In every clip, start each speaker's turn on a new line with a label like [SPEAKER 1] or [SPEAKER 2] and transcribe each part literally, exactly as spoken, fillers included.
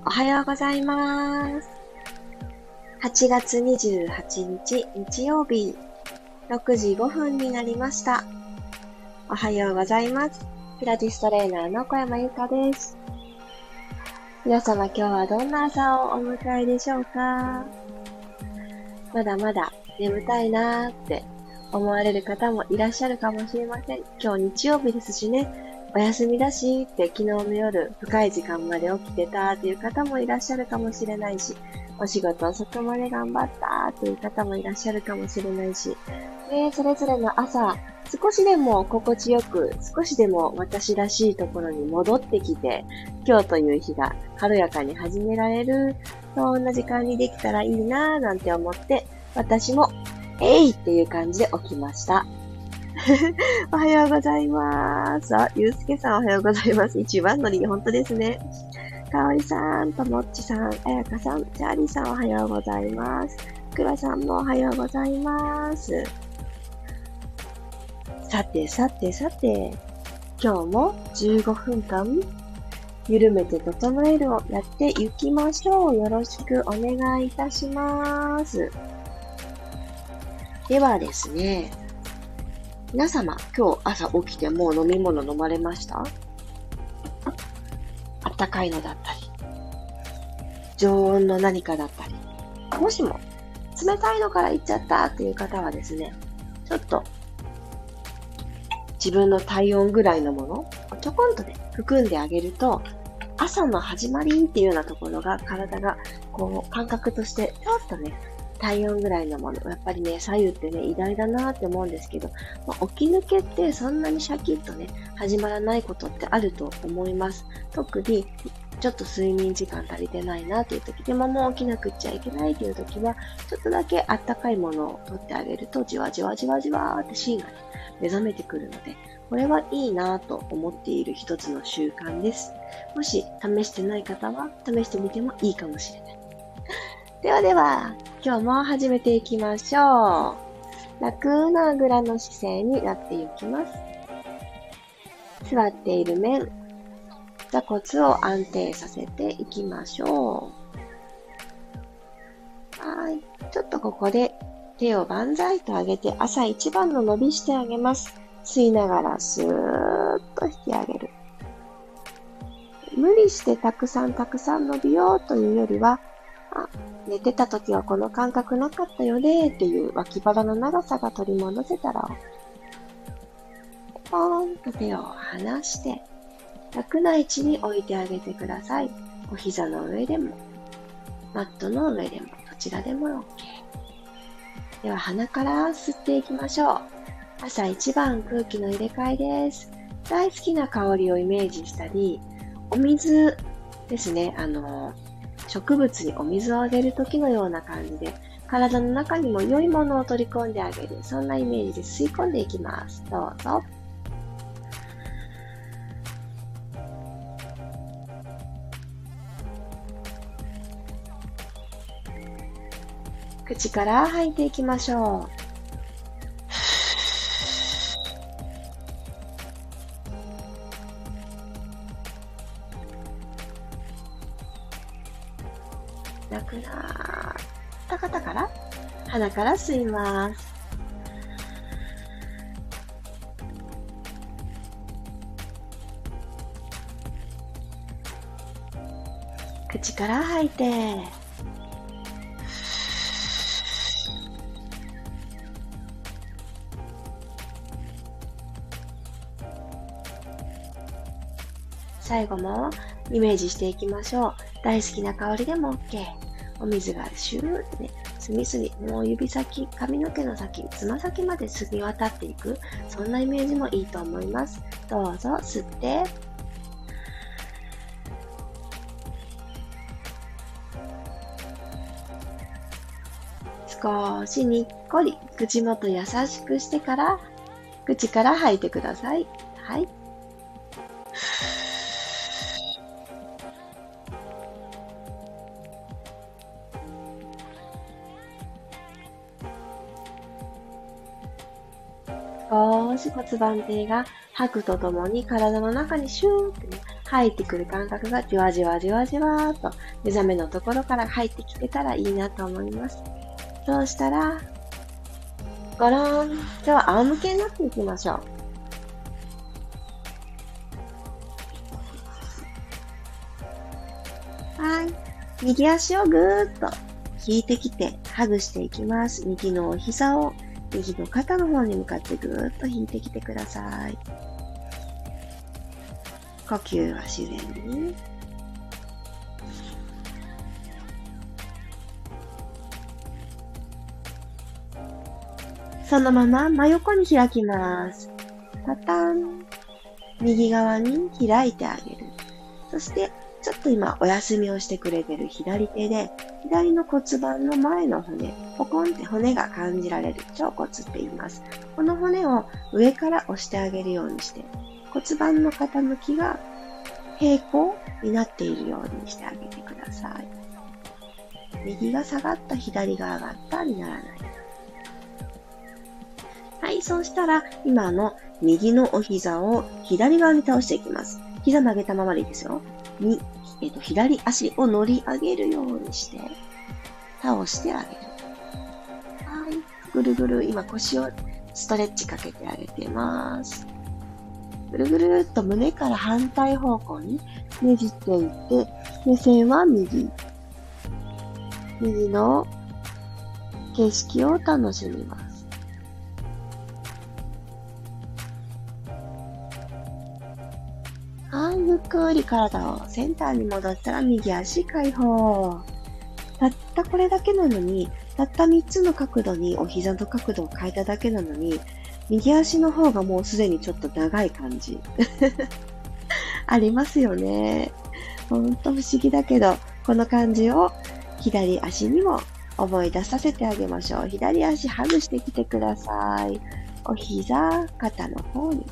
[SPEAKER 1] おはようございます。はちがつにじゅうはちにち日曜日、ろくじごふんになりました。おはようございます。ピラティストレーナーの小山由かです。皆様今日はどんな朝をお迎えでしょうか？まだまだ眠たいなーって思われる方もいらっしゃるかもしれません。今日日曜日ですしね。お休みだしって昨日の夜深い時間まで起きてたっていう方もいらっしゃるかもしれないし、お仕事遅くまで頑張ったっていう方もいらっしゃるかもしれないし、ね、それぞれの朝少しでも心地よく、少しでも私らしいところに戻ってきて、今日という日が軽やかに始められる、そんな時間にできたらいいなぁなんて思って、私もえいっていう感じで起きました。おはようございます。あ、ゆうすけさんおはようございます。一番乗り、本当ですね。かおりさん、ともっちさん、あやかさん、チャーリーさんおはようございます。くらさんもおはようございます。さてさてさて、今日もじゅうごふんかん、緩めて整えるをやっていきましょう。よろしくお願いいたします。ではですね、皆様、今日朝起きてもう飲み物飲まれました？あったかいのだったり、常温の何かだったり、もしも冷たいのからいっちゃったっていう方はですね、ちょっと自分の体温ぐらいのものをちょこんとね、含んであげると、朝の始まりっていうようなところが体がこう感覚としてちょっとね、体温ぐらいのもの。やっぱりね、左右ってね、偉大だなって思うんですけど、まあ、起き抜けってそんなにシャキッとね、始まらないことってあると思います。特に、ちょっと睡眠時間足りてないなっていう時でももう起きなくっちゃいけないっていう時は、ちょっとだけあったかいものを取ってあげると、じわじわじわじわーって芯がね、目覚めてくるので、これはいいなと思っている一つの習慣です。もし試してない方は、試してみてもいいかもしれない。ではでは、今日も始めていきましょう。楽なあぐらの姿勢になっていきます。座っている面、座骨を安定させていきましょう。はい。ちょっとここで手を万歳と上げて朝一番の伸びしてあげます。吸いながらスーッと引き上げる。無理してたくさんたくさん伸びようというよりは、あ、寝てた時はこの感覚なかったよねっていう脇腹の長さが取り戻せたら、ポーンと手を離して、楽な位置に置いてあげてください。お膝の上でも、マットの上でも、どちらでも OK。では鼻から吸っていきましょう。朝一番空気の入れ替えです。大好きな香りをイメージしたり、お水ですね、あの、植物にお水をあげる時のような感じで、体の中にも良いものを取り込んであげる、そんなイメージで吸い込んでいきます。どうぞ。口から吐いていきましょう。なくなった方から鼻から吸います。口から吐いて、最後もイメージしていきましょう。大好きな香りでも OK。お水がシューってね、隅々、もう指先、髪の毛の先、つま先まで澄み渡っていく、そんなイメージもいいと思います。どうぞ吸って、少しにっこり口元優しくしてから、口から吐いてください。はい。少し骨盤底が吐くとともに体の中にシューってね、 入ってくる感覚がじわじわじわじわーっと目覚めのところから入ってきてたらいいなと思います。そうしたら、ゴローン。今日は仰向けになっていきましょう。はい。右足をぐーっと引いてきて、ハグしていきます。右のお膝を右の肩の方に向かってぐーっと引いてきてください。呼吸は自然に。そのまま真横に開きます。パタン。右側に開いてあげる。そして、ちょっと今お休みをしてくれてる左手で、左の骨盤の前の骨、ポコンって骨が感じられる腸骨って言います。この骨を上から押してあげるようにして、骨盤の傾きが平行になっているようにしてあげてください。右が下がった、左が上がったにならない。はい、そうしたら今の右のお膝を左側に倒していきます。膝曲げたままでいいですよ。に、えっと、左足を乗り上げるようにして、倒してあげる。はい。ぐるぐる、今腰をストレッチかけてあげてます。ぐるぐるっと胸から反対方向にねじっていって、目線は右。右の景色を楽しみます。はい、ゆっくり体をセンターに戻ったら右足解放。たったこれだけなのに、たったみっつの角度にお膝の角度を変えただけなのに、右足の方がもうすでにちょっと長い感じ。ありますよね。ほんと不思議だけど、この感じを左足にも思い出させてあげましょう。左足ハグしてきてください。お膝、肩の方に。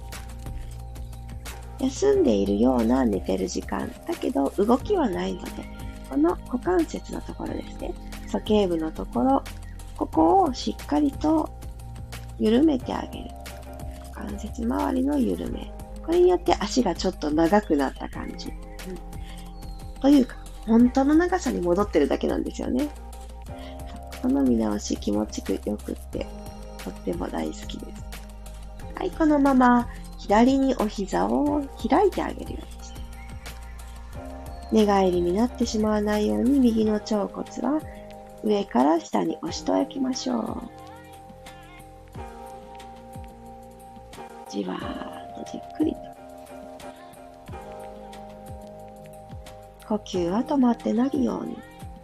[SPEAKER 1] 休んでいるような寝てる時間だけど動きはないので、この股関節のところですね、鼠径部のところ、ここをしっかりと緩めてあげる。股関節周りの緩め、これによって足がちょっと長くなった感じ、うん、というか本当の長さに戻ってるだけなんですよね。この見直し気持ちよくってとっても大好きです。はい、このまま左にお膝を開いてあげるようにして。寝返りになってしまわないように右の腸骨は上から下に押しといきましょう。じわーっとじっくりと。呼吸は止まってないように。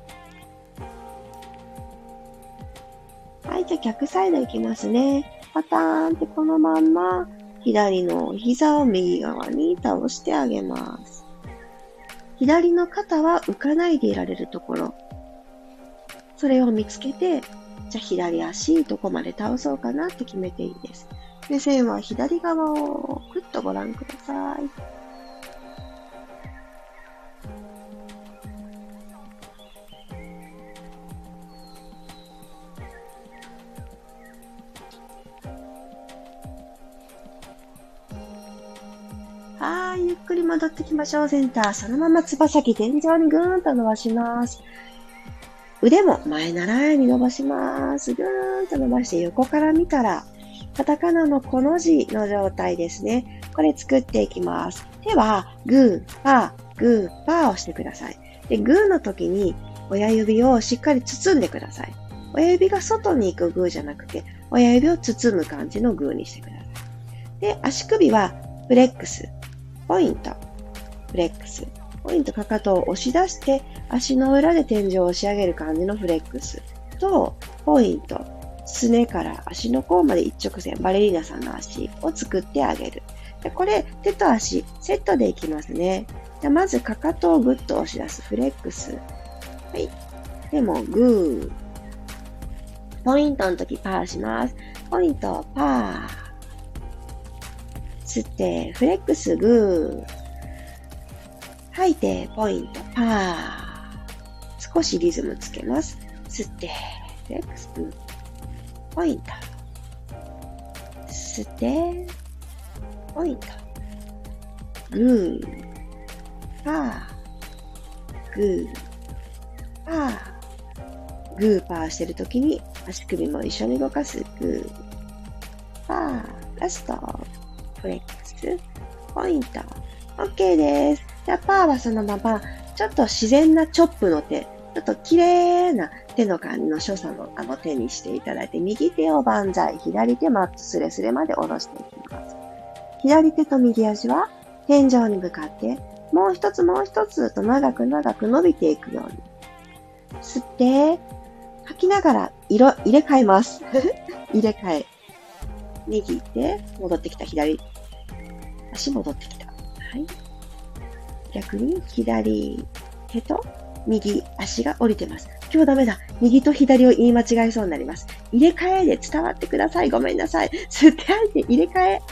[SPEAKER 1] はい、じゃあ逆サイドいきますね。パターンってこのまんま左の膝を右側に倒してあげます。左の肩は浮かないでいられるところ。それを見つけて、じゃあ左足どこまで倒そうかなって決めていいです。目線は左側をぐっとご覧ください。はい、ゆっくり戻ってきましょう。センター、そのままつば先天井にぐーんと伸ばします。腕も前ならえに伸ばします。ぐーんと伸ばして横から見たら、カタカナのこの字の状態ですね。これ作っていきます。手はグー、パー、グー、パーをしてください。で、グーの時に親指をしっかり包んでください。親指が外に行くグーじゃなくて、親指を包む感じのグーにしてください。で、足首はフレックス。ポイント、フレックス。ポイント、かかとを押し出して、足の裏で天井を押し上げる感じのフレックスと、ポイント、すねから足の甲まで一直線、バレリーナさんの足を作ってあげる。でこれ、手と足、セットでいきますね。じゃまず、かかとをぐっと押し出す、フレックス。はい。でも、グー。ポイントの時、パーします。ポイント、パー。吸って、フレックス、グー。吐いて、ポイント、パー。少しリズムつけます。吸って、フレックス、グー。ポイント。吸って、ポイント。グー。 パー、グー、パー、グーパーしてるときに足首も一緒に動かす。グー、パー、ラスト、フレックス、ポイント。OK です。じゃあパーはそのまま、ちょっと自然なチョップの手、ちょっと綺麗な手の感じの所作のあの手にしていただいて、右手を万歳、左手マットスレスレまで下ろしていきます。左手と右足は天井に向かって、もう一つもう一つと長く長く伸びていくように。吸って、吐きながら色入れ替えます。入れ替え。右手、戻ってきた左。足戻ってきた。はい。逆に左手と右足が降りてます。今日ダメだ。右と左を言い間違えそうになります。入れ替えで伝わってください。ごめんなさい。吸って吐いて入れ替え。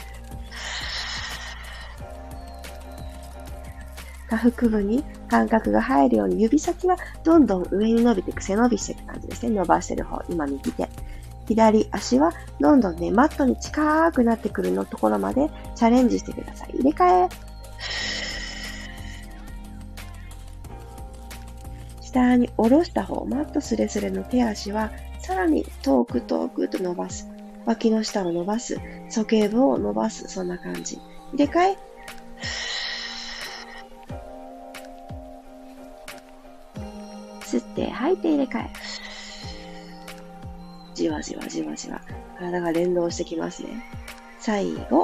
[SPEAKER 1] 下腹部に感覚が入るように指先はどんどん上に伸びていく。背伸びしていく感じですね。伸ばしてる方。今右手。左足はどんどんね、マットに近くなってくるのところまでチャレンジしてください。入れ替え。下に下ろした方、マットスレスレの手足はさらに遠く遠くと伸ばす。脇の下を伸ばす。鼠径部を伸ばす。そんな感じ。入れ替え。吸って吐いて入れ替え。じわじわじわじわ。体が連動してきますね。最後。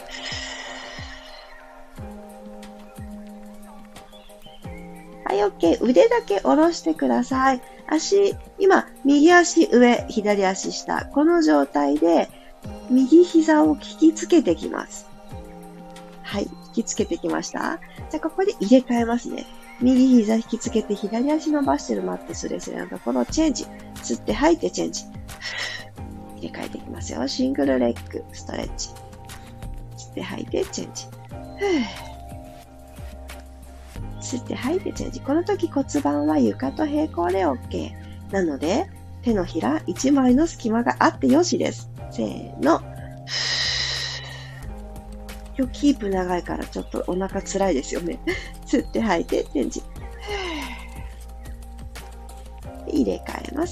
[SPEAKER 1] はい、OK。腕だけ下ろしてください。足、今、右足上、左足下。この状態で、右膝を引きつけてきます。はい、引きつけてきました。じゃあ、ここで入れ替えますね。右膝引きつけて、左足伸ばしてるマットスレスレのところをチェンジ。吸って吐いてチェンジ。入れ替えていきますよ。シングルレッグ、ストレッチ。吸って吐いてチェンジ。吸って吐いてチェンジ。この時骨盤は床と平行で OK。なので、手のひらいちまいの隙間があってよしです。せーの。今日キープ長いからちょっとお腹つらいですよね。吸って吐いてチェンジ。入れ替えます。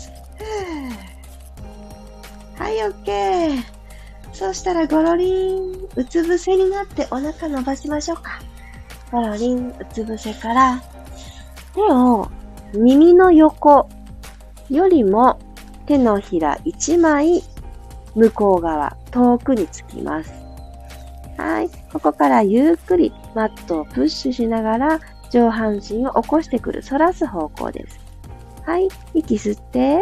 [SPEAKER 1] はい、OK。そうしたらゴロリン、うつ伏せになってお腹伸ばしましょうか。ゴロリン、うつ伏せから手を耳の横よりも手のひらいちまい向こう側遠くにつきます。はい。ここからゆっくりマットをプッシュしながら上半身を起こしてくる、反らす方向です。はい。息吸って、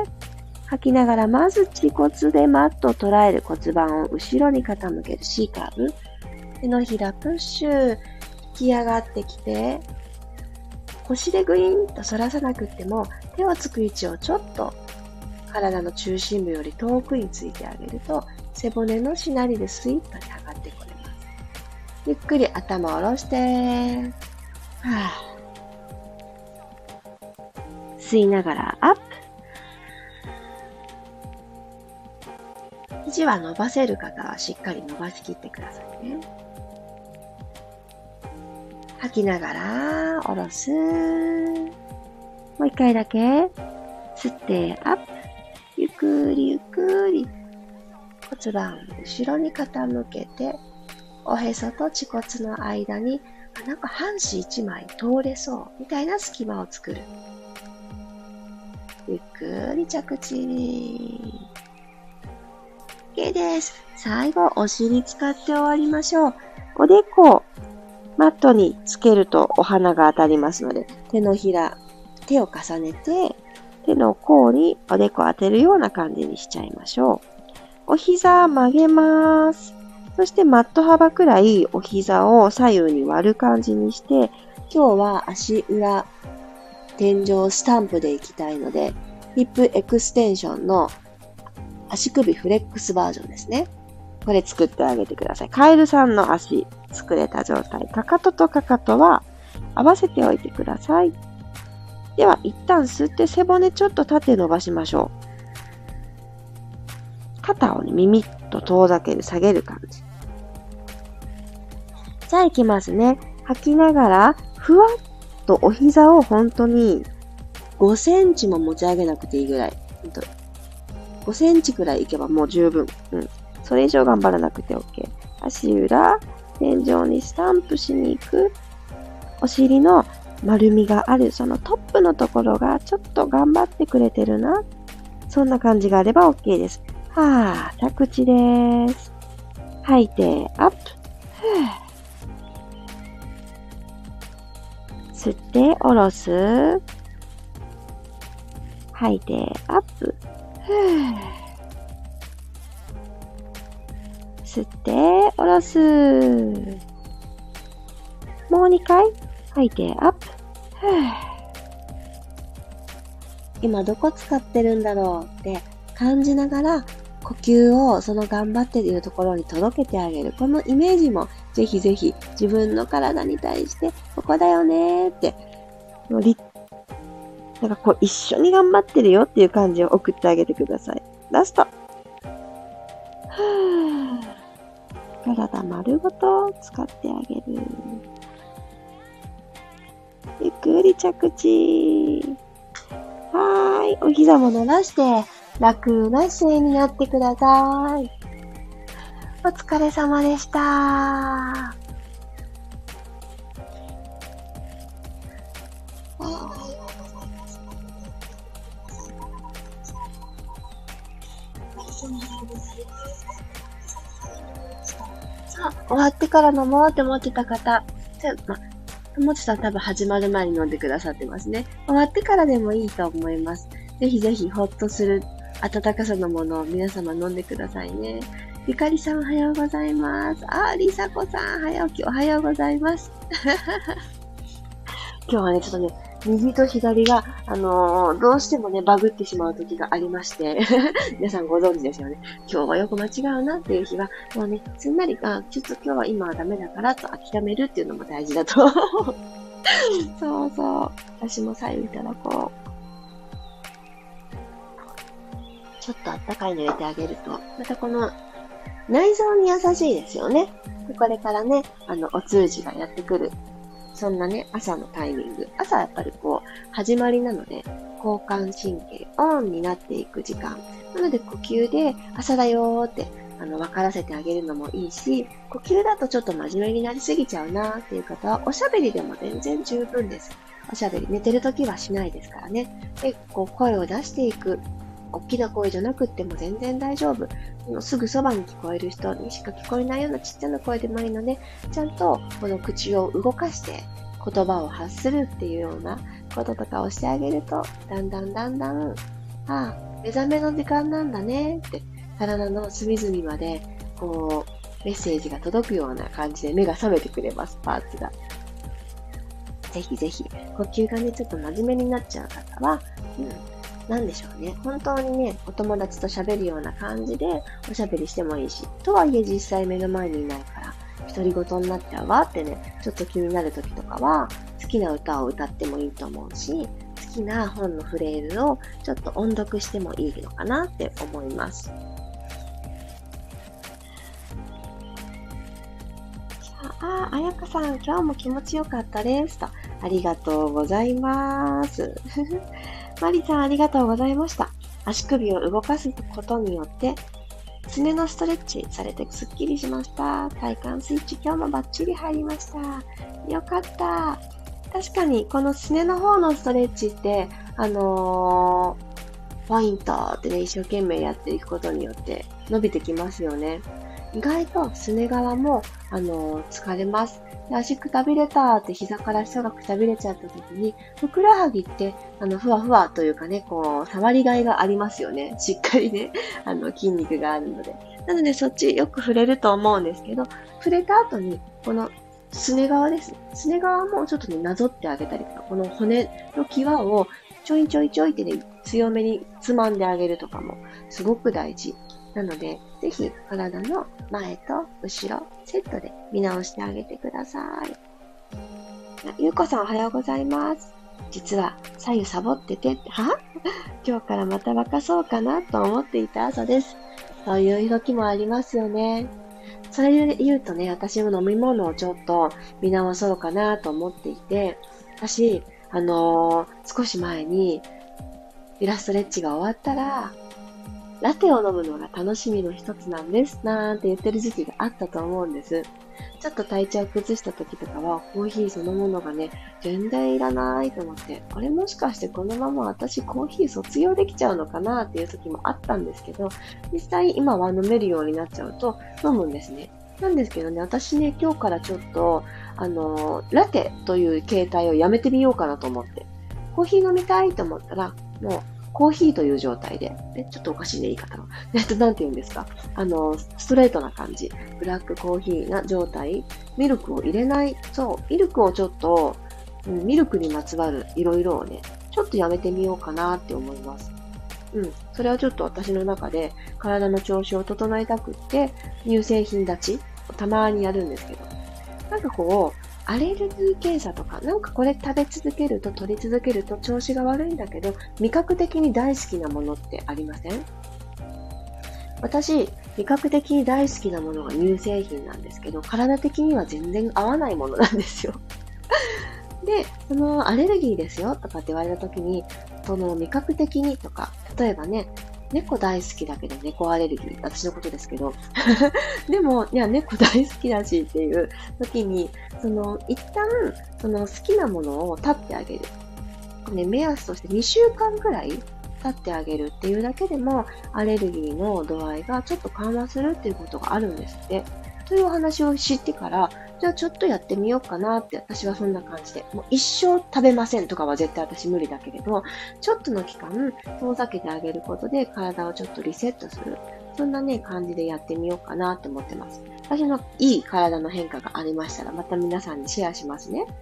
[SPEAKER 1] 吐きながらまず恥骨でマットを捉える、骨盤を後ろに傾ける C カーブ。手のひらプッシュ、引き上がってきて、腰でグイーンと反らさなくっても手をつく位置をちょっと体の中心部より遠くについてあげると背骨のしなりでスイッとに上がってこれます。ゆっくり頭を下ろして、はぁ、吸いながらアップ。肘は伸ばせる方はしっかり伸ばしきってくださいね。吐きながら下ろす。もう一回だけ吸ってアップ。ゆっくりゆっくり骨盤後ろに傾けて、おへそと恥骨の間になんか半紙一枚通れそうみたいな隙間を作る。ゆっくり着地。OK です。最後お尻使って終わりましょう。おでこマットにつけるとお花が当たりますので、手のひら、手を重ねて、手の甲におでこ当てるような感じにしちゃいましょう。お膝曲げます。そしてマット幅くらいお膝を左右に割る感じにして、今日は足裏、天井スタンプでいきたいので、ヒップエクステンションの足首フレックスバージョンですね。これ作ってあげてください。カエルさんの足作れた状態。かかととかかとは合わせておいてください。では一旦吸って背骨ちょっと縦伸ばしましょう。肩をね、耳っと遠ざける、下げる感じ。じゃあ行きますね。吐きながらふわっとお膝を本当にごセンチも持ち上げなくていいぐらい。ごセンチくらいいけばもう十分。うん。それ以上頑張らなくて OK。足裏、天井にスタンプしに行く。お尻の丸みがある、そのトップのところがちょっと頑張ってくれてるな。そんな感じがあれば OK です。はぁ、着地です。吐いて、アップ。吸って、下ろす。吐いて、アップ。吸って、下ろす。もうにかい。吐いて、アップ。今どこ使ってるんだろうって感じながら、呼吸をその頑張っているところに届けてあげる。このイメージもぜひぜひ自分の体に対して、ここだよねーって、なんかこう一緒に頑張ってるよっていう感じを送ってあげてください。ラスト。体丸ごと使ってあげる。ゆっくり着地。はーい。お膝も伸ばして、楽な姿勢になってください。お疲れ様でした。終わってから飲もうって思ってた方、ま、ともちさん多分始まる前に飲んでくださってますね。終わってからでもいいと思います。ぜひぜひほっとする温かさのものを皆様飲んでくださいね。ゆかりさんおはようございます。あー、りさこさん早起きおはようございます。今日はね、ちょっとね、右と左が、あのー、どうしてもね、バグってしまう時がありまして、皆さんご存知ですよね。今日はよく間違うなっていう日は、もうね、すんなり、あ、ちょっと今日は今はダメだからと諦めるっていうのも大事だと。そうそう。私も左右いただこう。ちょっとあったかいの入れてあげると、またこの内臓に優しいですよね。これからね、あの、お通じがやってくる。そんなね、朝のタイミング。朝やっぱりこう、始まりなので、交感神経オンになっていく時間。なので呼吸で朝だよーって、あの、分からせてあげるのもいいし、呼吸だとちょっと真面目になりすぎちゃうなーっていう方は、おしゃべりでも全然十分です。おしゃべり、寝てるときはしないですからね。で、こう、声を出していく。大きな声じゃなくっても全然大丈夫。すぐそばに聞こえる人にしか聞こえないようなちっちゃな声でもいいので、ちゃんとこの口を動かして言葉を発するっていうようなこととかをしてあげると、だんだんだんだん、ああ、目覚めの時間なんだねって、体の隅々まで、こう、メッセージが届くような感じで目が覚めてくれます、パーツが。ぜひぜひ、呼吸がね、ちょっと真面目になっちゃう方は、うんなんでしょうね。本当にね、お友達と喋るような感じでおしゃべりしてもいいし、とはいえ実際目の前にいないから、独り言になっちゃうわってね、ちょっと気になる時とかは、好きな歌を歌ってもいいと思うし、好きな本のフレーズをちょっと音読してもいいのかなって思います。ああ、あやかさん、今日も気持ちよかったですと。ありがとうございます。マリさん、ありがとうございました。足首を動かすことによって、すねのストレッチされてすっきりしました。体幹スイッチ、今日もバッチリ入りました。よかった。確かに、このすねの方のストレッチって、あのー、ポイントってね、一生懸命やっていくことによって伸びてきますよね。意外とすね側も、あのー、疲れます。で足くたびれたって膝から下がくたびれちゃった時に、ふくらはぎって、あの、ふわふわというかね、こう、触りがいがありますよね。しっかりね、あの、筋肉があるので。なので、そっちよく触れると思うんですけど、触れた後に、この、すね側ですね。すね側もちょっとね、なぞってあげたりとか、この骨の際をちょいちょいちょいってね、強めにつまんであげるとかも、すごく大事。なので、ぜひ体の前と後ろ、セットで見直してあげてください。ゆうこさんおはようございます。実は左右サボってて、は今日からまた若そうかなと思っていた朝です。そういう時もありますよね。それで言うとね、私も飲み物をちょっと見直そうかなと思っていて、 私、あのー、少し前に、ピラストレッチが終わったら、ラテを飲むのが楽しみの一つなんです、なんて言ってる時期があったと思うんです。ちょっと体調を崩した時とかは、コーヒーそのものがね、全然いらないと思って、あれもしかしてこのまま私コーヒー卒業できちゃうのかなっていう時もあったんですけど、実際今は飲めるようになっちゃうと飲むんですね。なんですけどね、私ね、今日からちょっと、あのー、ラテという形態をやめてみようかなと思って、コーヒー飲みたいと思ったら、もう、コーヒーという状態で、え、ちょっとおかしいね、言い方が。えっと、なんて言うんですか。あの、ストレートな感じ。ブラックコーヒーな状態。ミルクを入れない。そう、ミルクをちょっと、うん、ミルクにまつわるいろいろをね、ちょっとやめてみようかなって思います。うん。それはちょっと私の中で体の調子を整えたくって、乳製品立ちをたまにやるんですけど。なんかこう、アレルギー検査とか、なんかこれ食べ続けると取り続けると調子が悪いんだけど、味覚的に大好きなものってありません？私、味覚的に大好きなものが乳製品なんですけど、体的には全然合わないものなんですよ。で、そのアレルギーですよとかって言われた時に、その味覚的にとか、例えばね、猫大好きだけど猫アレルギー。私のことですけど。でも、いや、猫大好きだしっていう時に、その、一旦、その好きなものを立ってあげる。ね、目安としてにしゅうかんくらい立ってあげるっていうだけでも、アレルギーの度合いがちょっと緩和するっていうことがあるんですって。というお話を知ってから、じゃあちょっとやってみようかなって、私はそんな感じで、もう一生食べませんとかは絶対私無理だけれど、ちょっとの期間遠ざけてあげることで体をちょっとリセットする。そんなね、感じでやってみようかなと思ってます。私のいい体の変化がありましたら、また皆さんにシェアしますね。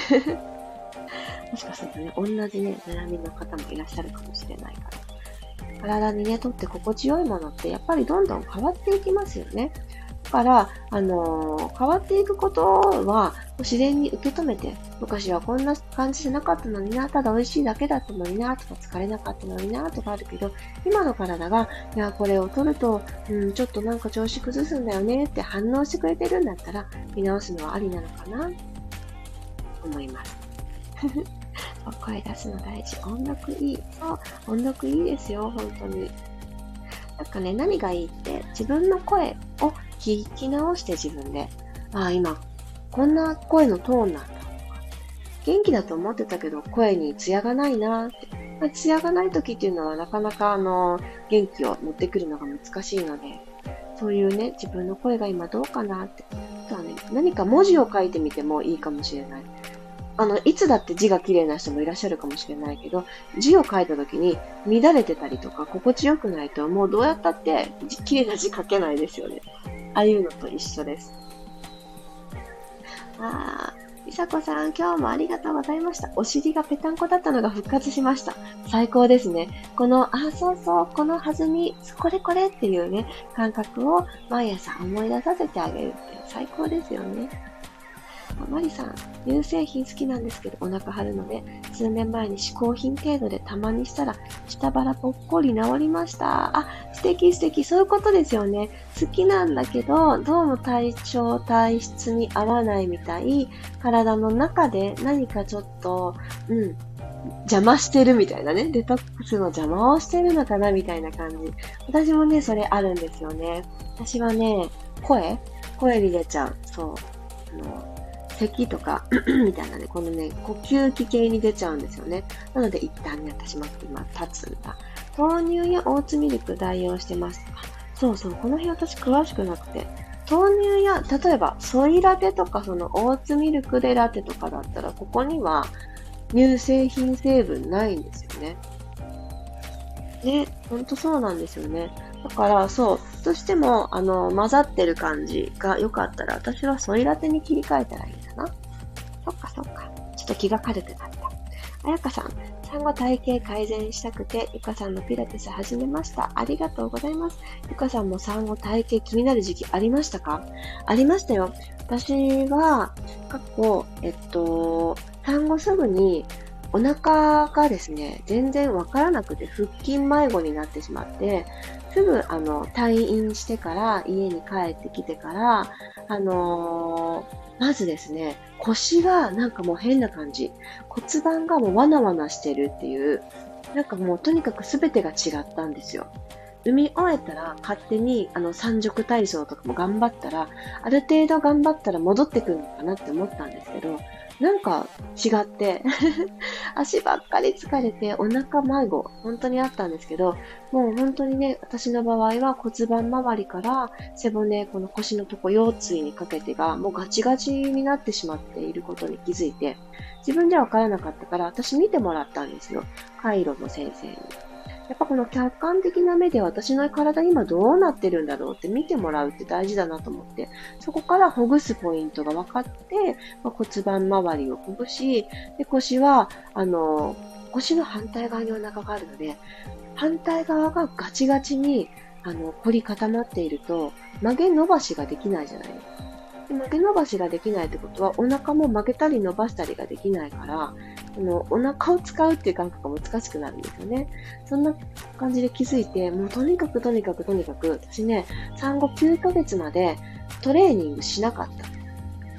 [SPEAKER 1] もしかするとね、同じね、悩みの方もいらっしゃるかもしれないから。体にね、とって心地よいものってやっぱりどんどん変わっていきますよね。だから、あのー、変わっていくことは自然に受け止めて、昔はこんな感じじゃなかったのにな、ただ美味しいだけだったのにな、とか疲れなかったのにな、とかあるけど、今の体が、いや、これを取ると、うん、ちょっとなんか調子崩すんだよねって反応してくれてるんだったら、見直すのはありなのかな、思います。声出すの大事。音読いい。そう、音読いいですよ、本当に。なんかね、何がいいって、自分の声を聞き直して自分で、ああ、今、こんな声のトーンなんだとか、元気だと思ってたけど、声に艶がないなーって。まあ、艶がない時っていうのは、なかなかあの、元気を持ってくるのが難しいので、そういうね、自分の声が今どうかなって。あとはね、何か文字を書いてみてもいいかもしれない。あの、いつだって字が綺麗な人もいらっしゃるかもしれないけど、字を書いた時に乱れてたりとか心地よくないと、もうどうやったって綺麗な字書けないですよね。ああいうのと一緒です。あー、りさこさん、今日もありがとうございました。お尻がぺたんこだったのが復活しました。最高ですね。この、あ、そうそう、この弾み、これこれっていうね、感覚を毎朝思い出させてあげるって最高ですよね。マリさん、乳製品好きなんですけどお腹張るので、数年前に嗜好品程度でたまにしたら、下腹ぽっこり治りました。あ、素敵素敵、そういうことですよね。好きなんだけど、どうも体調、体質に合わないみたい、体の中で何かちょっと、うん、邪魔してるみたいなね、デトックスの邪魔をしてるのかなみたいな感じ。私もね、それあるんですよね。私はね、声声に出ちゃう。そう。あの咳とかみたいなね、このね、呼吸器系に出ちゃうんですよね。なので一旦ね、私も今立つんだ。豆乳やオーツミルク代用してます。そうそう、この辺私詳しくなくて。豆乳や、例えばソイラテとかそのオーツミルクでラテとかだったら、ここには乳製品成分ないんですよね。ね、ほんとそうなんですよね。だから、そう、どうしても、あの、混ざってる感じが良かったら、私はソイラテに切り替えたらいいんだな。そっかそっか。ちょっと気が軽くなった。あやかさん、産後体型改善したくて、ゆかさんのピラティス始めました。ありがとうございます。ゆかさんも産後体型気になる時期ありましたか？ありましたよ。私は、過去、えっと、産後すぐに、 お腹がですね、全然わからなくて腹筋迷子になってしまって、すぐあの退院してから家に帰ってきてから、あのーまずですね、腰がなんかもう変な感じ。骨盤がもうわなわなしてるっていう、なんかもうとにかく全てが違ったんですよ。産み終えたら勝手にあの三軸体操とかも頑張ったら、ある程度頑張ったら戻ってくるのかなって思ったんですけど、なんか違って足ばっかり疲れてお腹迷子本当にあったんですけど、もう本当にね、私の場合は骨盤周りから背骨、この腰のとこ腰椎にかけてがもうガチガチになってしまっていることに気づいて、自分じゃわからなかったから私見てもらったんですよ。カイロの先生に。やっぱこの客観的な目で私の体今どうなってるんだろうって見てもらうって大事だなと思って、そこからほぐすポイントが分かって、まあ、骨盤周りをほぐし、で腰は、あの、腰の反対側にお腹があるので、反対側がガチガチにあの凝り固まっていると曲げ伸ばしができないじゃないですか。で曲げ伸ばしができないってことはお腹も曲げたり伸ばしたりができないから、あのお腹を使うっていう感覚が難しくなるんですよね。そんな感じで気づいて、もうとにかくとにかくとにかく私ね、産後きゅうかげつまでトレーニングしなかった。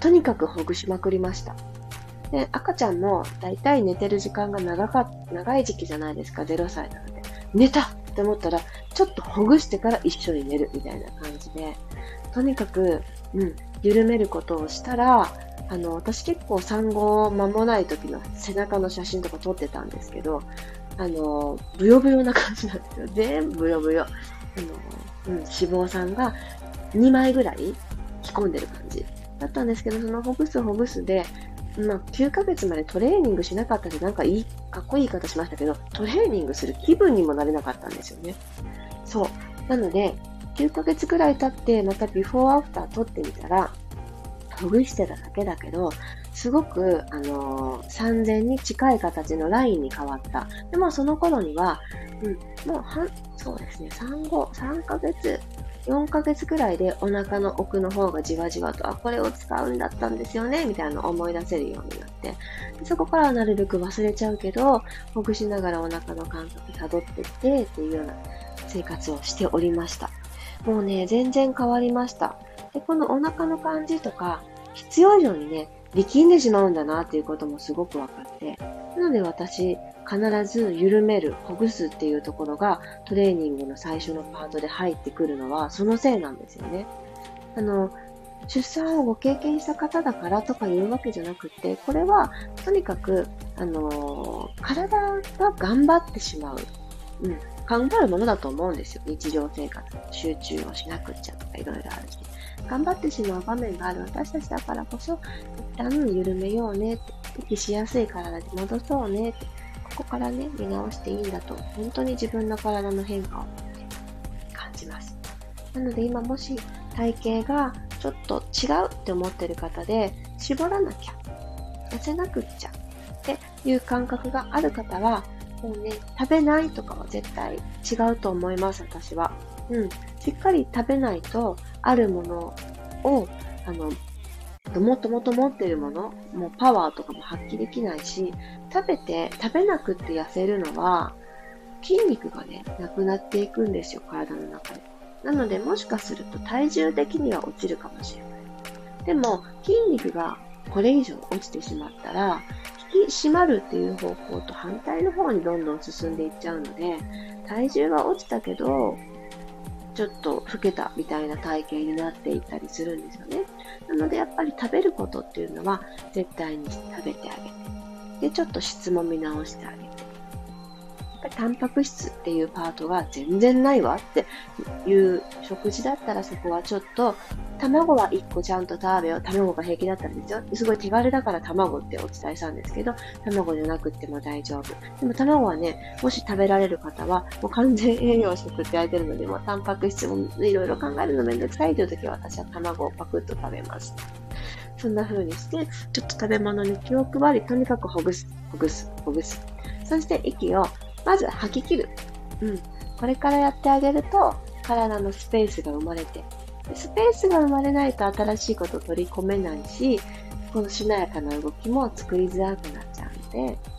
[SPEAKER 1] とにかくほぐしまくりました。で、赤ちゃんもだいたい寝てる時間が長か長い時期じゃないですか、ゼロさいなので。寝たって思ったら、ちょっとほぐしてから一緒に寝るみたいな感じで、とにかく、うん、緩めることをしたら、あの、私結構産後間もない時の背中の写真とか撮ってたんですけど、あの、ブヨブヨな感じなんですよ。全部ブヨブヨ。あの、うん、脂肪酸がにまいぐらい着込んでる感じだったんですけど、そのほぐすほぐすで、まあ、きゅうかげつまでトレーニングしなかったで、なんかいい、かっこいい言い方しましたけど、トレーニングする気分にもなれなかったんですよね。そう。なので、きゅうかげつくらい経って、またビフォーアフター撮ってみたら、ほぐしてただけだけど、すごく、あのー、産前に近い形のラインに変わった。でも、その頃には、うん、もうはん、そうですね、産後、さんかげつ、よんかげつくらいでお腹の奥の方がじわじわと、あ、これを使うんだったんですよね、みたいなのを思い出せるようになって、でそこからはなるべく忘れちゃうけど、ほぐしながらお腹の感覚辿ってってっていうような生活をしておりました。もうね、全然変わりました。で、このお腹の感じとか、必要以上にね、力んでしまうんだなっていうこともすごく分かって、なので私、必ず緩める、ほぐすっていうところがトレーニングの最初のパートで入ってくるのはそのせいなんですよね。あの、出産をご経験した方だからとかいうわけじゃなくて、これはとにかく、あの、体が頑張ってしまう。うん。頑張るものだと思うんですよ。日常生活。集中をしなくっちゃとかいろいろあるし。頑張ってしまう場面がある私たちだからこそ、一旦緩めようねって、息しやすい体に戻そうねって、ここからね、見直していいんだと、本当に自分の体の変化を感じます。なので今もし体型がちょっと違うって思ってる方で、絞らなきゃ、痩せなくっちゃっていう感覚がある方は、もうね、食べないとかは絶対違うと思います、私は。うん。しっかり食べないと、あるものを、あの、もっともっと持っているもの、もうパワーとかも発揮できないし、食べて、食べなくって痩せるのは、筋肉がね、なくなっていくんですよ、体の中で。なので、もしかすると体重的には落ちるかもしれない。でも、筋肉がこれ以上落ちてしまったら、引き締まるっていう方向と反対の方にどんどん進んでいっちゃうので、体重は落ちたけど、ちょっと老けたみたいな体型になっていったりするんですよね。なのでやっぱり食べることっていうのは絶対に食べてあげて、で、ちょっと質も見直してあげて、やっぱりタンパク質っていうパートが全然ないわっていう食事だったら、そこはちょっと卵はいっこちゃんと食べよう。卵が平気だったんですよ。すごい手軽だから卵ってお伝えしたんですけど、卵じゃなくても大丈夫。でも卵はね、もし食べられる方は、もう完全栄養食って言われてるので、もうタンパク質もいろいろ考えるのめんどくさいという時は、私は卵をパクッと食べます。そんな風にして、ちょっと食べ物に気を配り、とにかくほぐす、ほぐす、ほぐす。そして息をまず吐き切る。うん。これからやってあげると、体のスペースが生まれて、スペースが生まれないと新しいことを取り込めないし、このしなやかな動きも作りづらくなっちゃうので、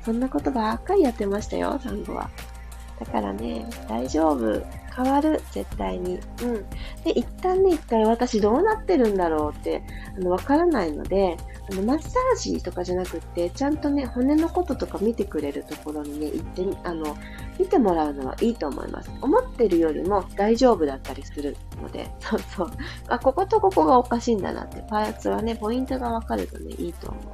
[SPEAKER 1] そんなことばっかりやってましたよ、産後は。だからね、大丈夫。変わる、絶対に。うん。で、一旦ね、一回私どうなってるんだろうって、あの、わからないので、あの、マッサージとかじゃなくって、ちゃんとね、骨のこととか見てくれるところにね、行って、あの、見てもらうのはいいと思います。思ってるよりも大丈夫だったりするので、そうそう。あ、こことここがおかしいんだなって、パーツはね、ポイントがわかるとね、いいと思う。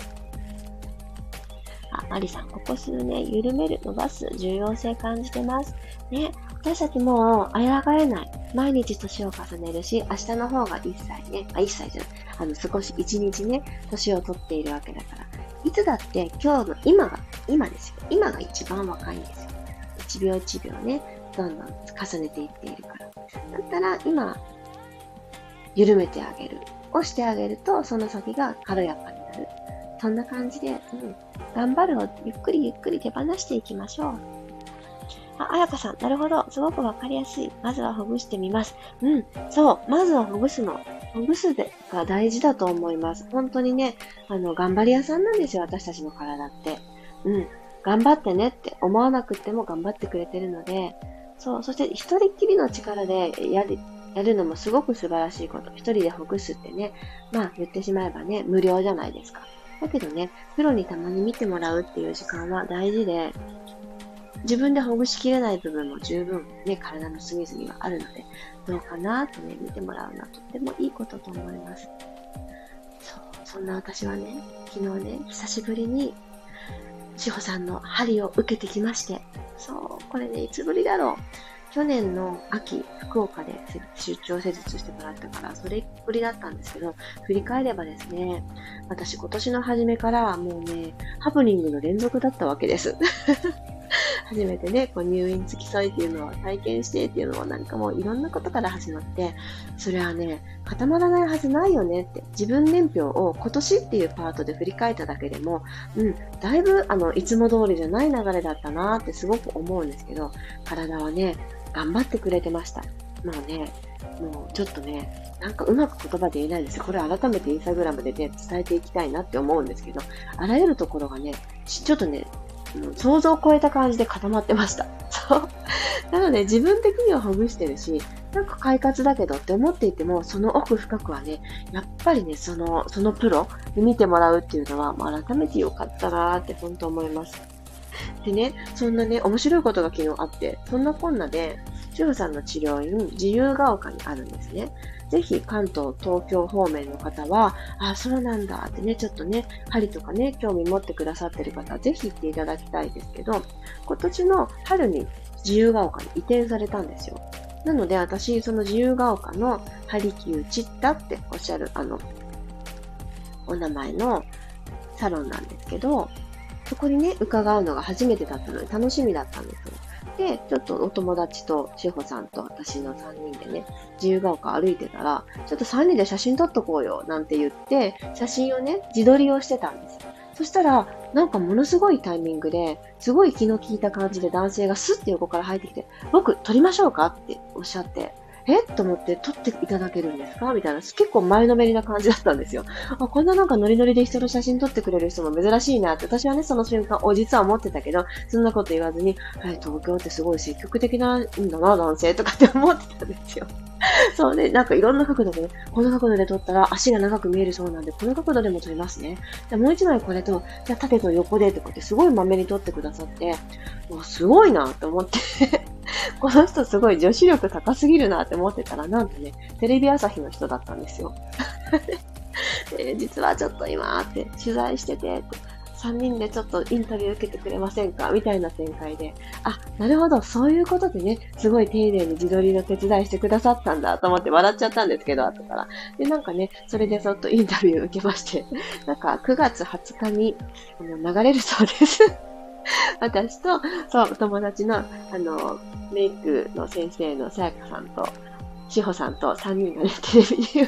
[SPEAKER 1] あ、マリさん、ここ数年、緩める、伸ばす、重要性感じてます。ね、私たちもう、あやがれない。毎日年を重ねるし、明日の方がいっさいね、あ、いっさいじゃない、あの、少しいちにちね、年を取っているわけだから、いつだって今日の今が、今ですよ。今が一番若いんですよ。いちびょういちびょうね、どんどん重ねていっているから。だったら、今、緩めてあげる。をしてあげると、その先が軽やかになる。そんな感じで、うん、頑張るをゆっくりゆっくり手放していきましょう。あ、あやかさん、なるほど。すごくわかりやすい。まずはほぐしてみます。うん、そう。まずはほぐすの。ほぐすでが大事だと思います。本当にね、あの、頑張り屋さんなんですよ。私たちの体って。うん。頑張ってねって思わなくても頑張ってくれてるので、そう。そして一人っきりの力でやる、やるのもすごく素晴らしいこと。一人でほぐすってね。まあ言ってしまえばね、無料じゃないですか。だけどね、プロにたまに見てもらうっていう時間は大事で、自分でほぐしきれない部分も十分ね、体の隅々があるので、どうかなとね、見てもらうのはとってもいいことと思います。そう、そんな私はね、昨日ね、久しぶりに、志保さんの針を受けてきまして、そう、これね、いつぶりだろう。去年の秋、福岡で出張施術してもらったから、それっぷりだったんですけど、振り返ればですね、私今年の初めからもうね、ハプニングの連続だったわけです。初めてね、こう入院付き添いっていうのを体験してっていうのをなんかもういろんなことから始まって、それはね、固まらないはずないよねって、自分年表を今年っていうパートで振り返っただけでも、うん、だいぶあの、いつも通りじゃない流れだったなーってすごく思うんですけど、体はね、頑張ってくれてました。もうね、もうちょっとね、なんかうまく言葉で言えないんですよ。これ改めてインスタグラムでね、伝えていきたいなって思うんですけど、あらゆるところがね、ちょっとね、想像を超えた感じで固まってました。そう。なので自分的にはほぐしてるし、なんか快活だけどって思っていても、その奥深くはね、やっぱりね、その、そのプロに見てもらうっていうのは、もう改めてよかったなーって本当思います。でね、そんなね、面白いことが昨日あって、そんなこんなで、志保さんの治療院、自由が丘にあるんですね。ぜひ関東、東京方面の方は、あ、そうなんだってね、ちょっとね、針とかね、興味持ってくださってる方は、ぜひ行っていただきたいですけど、今年の春に自由が丘に移転されたんですよ。なので、私、その自由が丘のハリキューチッタっておっしゃる、あの、お名前のサロンなんですけど、そこにね、伺うのが初めてだったので楽しみだったんですよ。で、ちょっとお友達と、志保さんと私のさんにんでね、自由が丘歩いてたら、ちょっとさんにんで写真撮っとこうよ、なんて言って、写真をね、自撮りをしてたんですよ。そしたら、なんかものすごいタイミングで、すごい気の利いた感じで男性がスッて横から入ってきて、僕、撮りましょうかっておっしゃって、えと思って、撮っていただけるんですかみたいな、結構前のめりな感じだったんですよ。あ、こんななんかノリノリで人の写真撮ってくれる人も珍しいなって、私はね、その瞬間、お、実は思ってたけど、そんなこと言わずに、はい、東京ってすごい積極的なんだな、男性とかって思ってたんですよ。そうね、なんかいろんな角度でね、この角度で撮ったら足が長く見えるそうなんで、この角度でも撮りますね。じゃもう一枚これと、じゃ縦と横でとかってすごいまめに撮ってくださって、もうすごいなって思ってこの人すごい女子力高すぎるなって思ってたら、なんとね、テレビ朝日の人だったんですよ。で実はちょっと今って取材しててって、さんにんでちょっとインタビュー受けてくれませんかみたいな展開で、あ、なるほど、そういうことでね、すごい丁寧に自撮りの手伝いしてくださったんだと思って笑っちゃったんですけど、後から。で、なんかね、それでちょっとインタビュー受けまして、なんかくがつはつかに流れるそうです。私と、そう、友達の、あの、メイクの先生のさやかさんと、しほさんとさんにんがね、テレビに映って、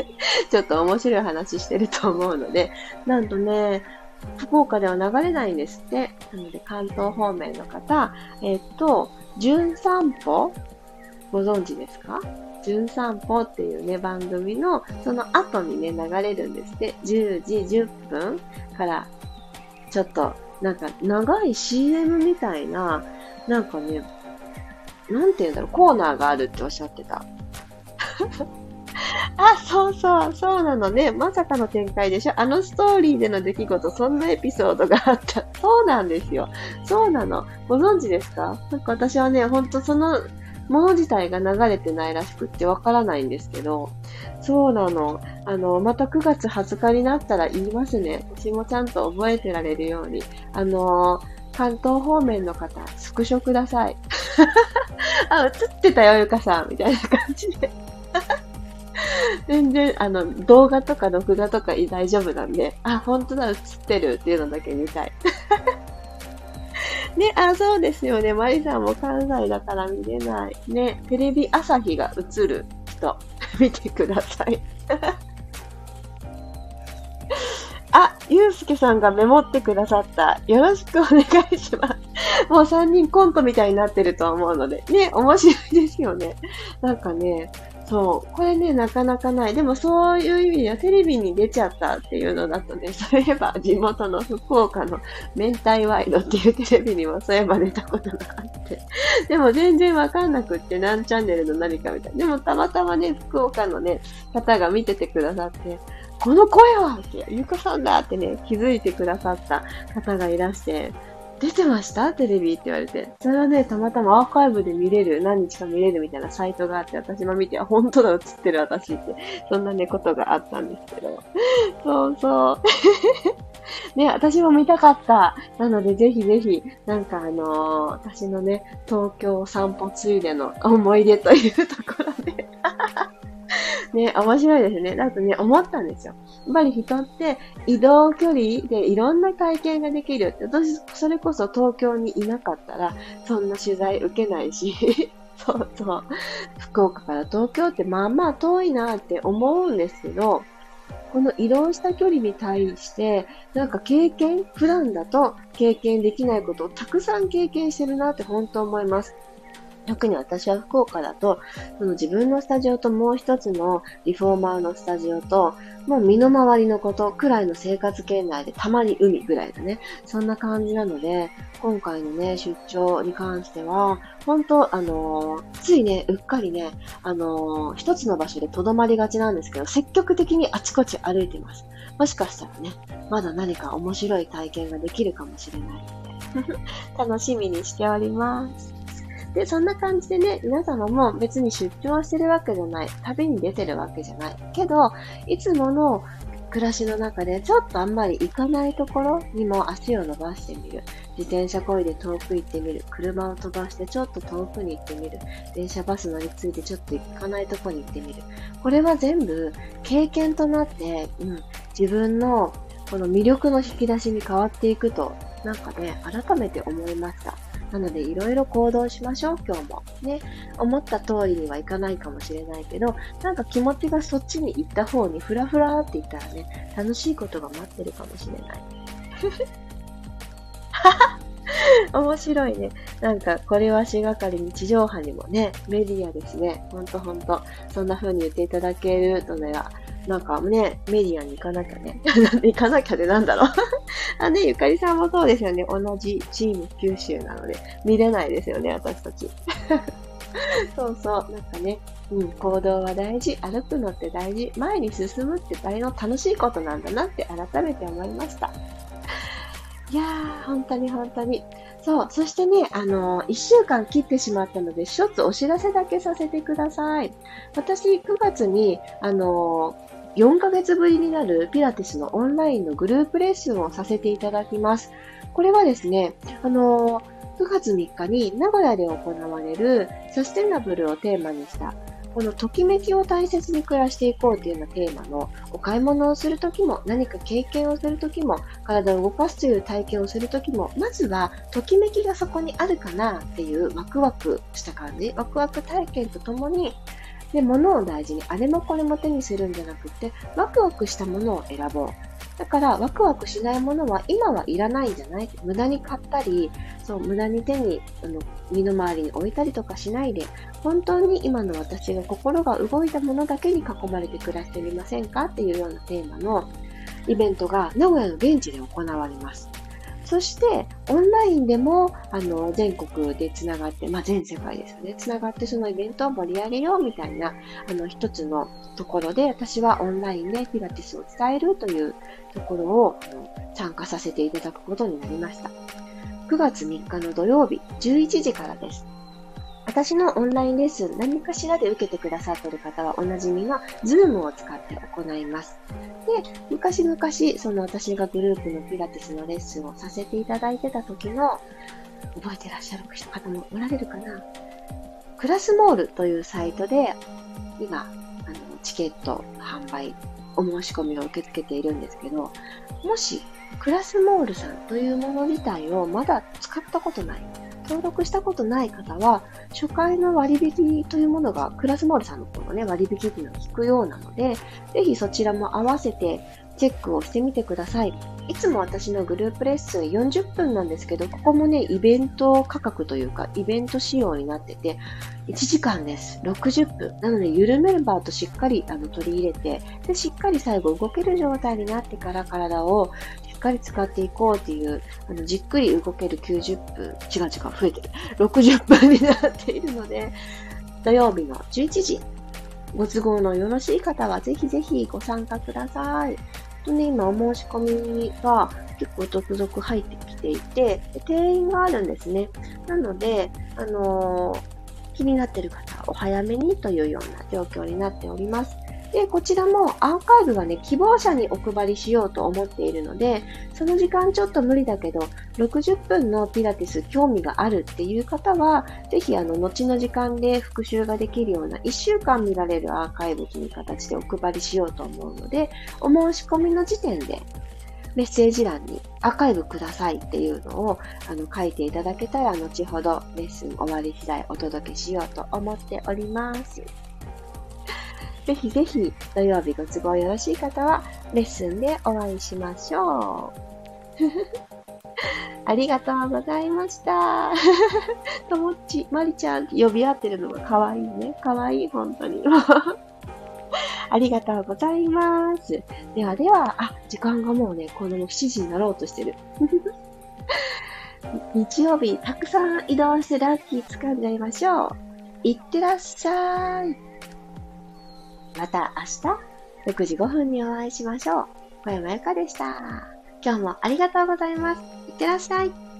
[SPEAKER 1] ちょっと面白い話してると思うので、なんとね、福岡では流れないんですって。なので、関東方面の方、えっと、じゅん散歩ご存知ですか？じゅん散歩っていうね、番組の、その後にね、流れるんですって。じゅうじじゅっぷんから、ちょっとなんか長い シーエム みたいな、なんかね、なんて言うんだろう、コーナーがあるっておっしゃってた。あ、そうそう、そうなのね。まさかの展開でしょ。あのストーリーでの出来事、そんなエピソードがあった。そうなんですよ。そうなの。ご存知ですか？なんか私はね、ほんとそのもの自体が流れてないらしくってわからないんですけど、そうなの。あの、またくがつはつかになったら言いますね。私もちゃんと覚えてられるように。あの、関東方面の方、スクショください。あ、映ってたよ、ゆかさん。みたいな感じで。全然、あの、動画とか録画とか大丈夫なんで、あ、本当だ、映ってるっていうのだけ見たい。ね、あ、そうですよね。マリさんも関西だから見れない。ね、テレビ朝日が映る人、見てください。あ、ゆうすけさんがメモってくださった。よろしくお願いします。もうさんにんコントみたいになってると思うので。ね、面白いですよね。なんかね、そう。これね、なかなかない。でもそういう意味ではテレビに出ちゃったっていうのだとね、そういえば地元の福岡の明太ワイドっていうテレビにもそういえば出たことがあって。でも全然わかんなくって何チャンネルの何かみたいな。でもたまたまね、福岡のね、方が見ててくださって、この声はって、ゆかさんだってね、気づいてくださった方がいらして、出てましたテレビって言われて。それはね、たまたまアーカイブで見れる、何日か見れるみたいなサイトがあって、私も見て、本当だ、映ってる私って、そんなね、ことがあったんですけど。そうそう。ね、私も見たかった。なので、ぜひぜひ、なんかあのー、私のね、東京散歩ついでの思い出というところで。ね、面白いですね。だとね、思ったんですよ。やっぱり人って移動距離でいろんな体験ができるって。私、それこそ東京にいなかったら、そんな取材受けないし、そうそう。福岡から東京ってまあまあ遠いなって思うんですけど、この移動した距離に対して、なんか経験、普段だと経験できないことをたくさん経験してるなって本当思います。特に私は福岡だと、その自分のスタジオともう一つのリフォーマーのスタジオと、もう身の回りのことくらいの生活圏内でたまに海ぐらいだね。そんな感じなので、今回のね、出張に関しては、本当あのー、ついね、うっかりね、あのー、一つの場所で留まりがちなんですけど、積極的にあちこち歩いてます。もしかしたらね、まだ何か面白い体験ができるかもしれないので、楽しみにしております。で、そんな感じでね、皆様も別に出張してるわけじゃない。旅に出てるわけじゃない。けど、いつもの暮らしの中でちょっとあんまり行かないところにも足を伸ばしてみる。自転車漕いで遠く行ってみる。車を飛ばしてちょっと遠くに行ってみる。電車バス乗り継いでちょっと行かないところに行ってみる。これは全部経験となって、うん、自分のこの魅力の引き出しに変わっていくと、なんかね、改めて思いました。なので、いろいろ行動しましょう、今日も。ね。思った通りにはいかないかもしれないけど、なんか気持ちがそっちに行った方にフラフラって言ったらね、楽しいことが待ってるかもしれない。面白いね。なんか、これはしがかりに地上波にもね、メディアですね。ほんとほんと。そんな風に言っていただけるとね、なんかね、メディアに行かなきゃね。行かなきゃでなんだろう。あ、ね、ゆかりさんもそうですよね。同じチーム九州なので、見れないですよね、私たち。そうそう。なんかね、うん、行動は大事。歩くのって大事。前に進むって大の楽しいことなんだなって改めて思いました。いやー、本当に本当に。そう。そしてね、あのー、いっしゅうかん切ってしまったので、一つお知らせだけさせてください。私、くがつに、あのー、よんかげつぶりになるピラティスのオンラインのグループレッスンをさせていただきます。これはですね、あのー、くがつみっかに名古屋で行われるサステナブルをテーマにしたこのときめきを大切に暮らしていこうというようなテーマのお買い物をするときも何か経験をするときも体を動かすという体験をするときもまずはときめきがそこにあるかなっていうワクワクした感じワクワク体験とともにで物を大事にあれもこれも手にするんじゃなくてワクワクしたものを選ぼうだからワクワクしないものは今はいらないんじゃない無駄に買ったりそう無駄に手にあの身の回りに置いたりとかしないで本当に今の私が心が動いたものだけに囲まれて暮らしてみませんかっていうようなテーマのイベントが名古屋の現地で行われます。そそして、オンラインでも、あの、全国でつながって、まあ、全世界ですよね。つながってそのイベントを盛り上げようみたいな、あの、一つのところで、私はオンラインでピラティスを伝えるというところをあの参加させていただくことになりました。くがつみっかの土曜日、じゅういちじからです。私のオンラインレッスン、何かしらで受けてくださっている方はおなじみの Zoom を使って行います。で、昔々、その私がグループのピラティスのレッスンをさせていただいてた時の、覚えてらっしゃる方もおられるかな？クラスモールというサイトで、今、あの、チケット販売、お申し込みを受け付けているんですけど、もし、クラスモールさんというもの自体をまだ使ったことない、登録したことない方は、初回の割引というものが、クラスモールさんの方のね、割引っていうのが効くようなので、ぜひそちらも合わせてチェックをしてみてください。いつも私のグループレッスンよんじゅっぷんなんですけど、ここもね、イベント価格というか、イベント仕様になってて、いちじかんです。ろくじゅっぷん。なので、ゆるメンバーとしっかりあの取り入れて、で、しっかり最後動ける状態になってから体をしっかり使っていこうっていう、あの、じっくり動けるきゅうじゅっぷん、違う違う、増えてる。ろくじゅっぷんになっているので、土曜日のじゅういちじ、ご都合のよろしい方はぜひぜひご参加ください。とね、今お申し込みが結構続々入ってきていて、定員があるんですね。なので、あのー、気になっている方はお早めにというような状況になっております。で、こちらもアーカイブはね、希望者にお配りしようと思っているので、その時間ちょっと無理だけど、ろくじゅっぷんのピラティス興味があるっていう方は、ぜひあの、後の時間で復習ができるような、いっしゅうかん見られるアーカイブという形でお配りしようと思うので、お申し込みの時点で、メッセージ欄にアーカイブくださいっていうのをあの書いていただけたら、後ほどレッスン終わり次第お届けしようと思っております。ぜひぜひ土曜日ご都合よろしい方はレッスンでお会いしましょう。ありがとうございました。ともっち、まりちゃんって呼び合ってるのがかわいいね。かわいい、本当に。ありがとうございます。ではでは、あ、時間がもうね、このしちじになろうとしてる。日曜日、たくさん移動してラッキー掴んじゃいましょう。いってらっしゃい。また明日ろくじごふんにお会いしましょう。小山由かでした。今日もありがとうございます。いってらっしゃい。